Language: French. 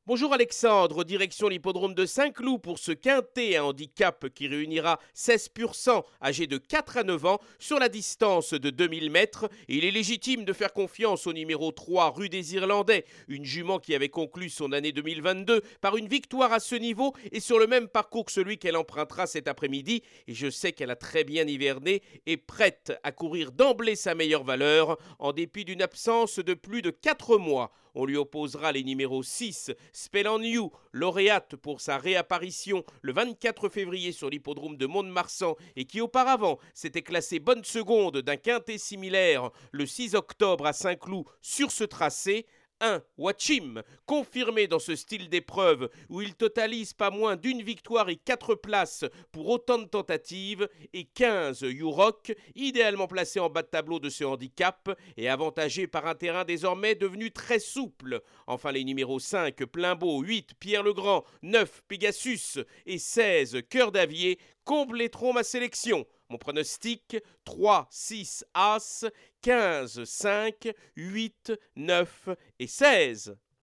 Bonjour Alexandre, direction l'hippodrome de Saint-Cloud pour ce quintet à handicap qui réunira 16 pur sang âgés de 4 à 9 ans sur la distance de 2000 mètres. Il est légitime de faire confiance au numéro 3 rue des Irlandais, une jument qui avait conclu son année 2022 par une victoire à ce niveau et sur le même parcours que celui qu'elle empruntera cet après-midi. Et je sais qu'elle a très bien hiverné et prête à courir d'emblée sa meilleure valeur en dépit d'une absence de plus de 4 mois. On lui opposera les numéros 6, Spell on You, lauréate pour sa réapparition le 24 février sur l'hippodrome de Mont-de-Marsan et qui auparavant s'était classée bonne seconde d'un quintet similaire le 6 octobre à Saint-Cloud sur ce tracé. 1. Watchim, confirmé dans ce style d'épreuve où il totalise pas moins d'une victoire et 4 places pour autant de tentatives, et 15. You-Rock, idéalement placé en bas de tableau de ce handicap et avantagé par un terrain désormais devenu très souple. Enfin les numéros 5. Plein-Beau, 8. Pierre Legrand, 9. Pegasus et 16. Cœur d'Avier compléteront ma sélection. Mon pronostic 3, 6, As, 15, 5, 8, 9 et 16.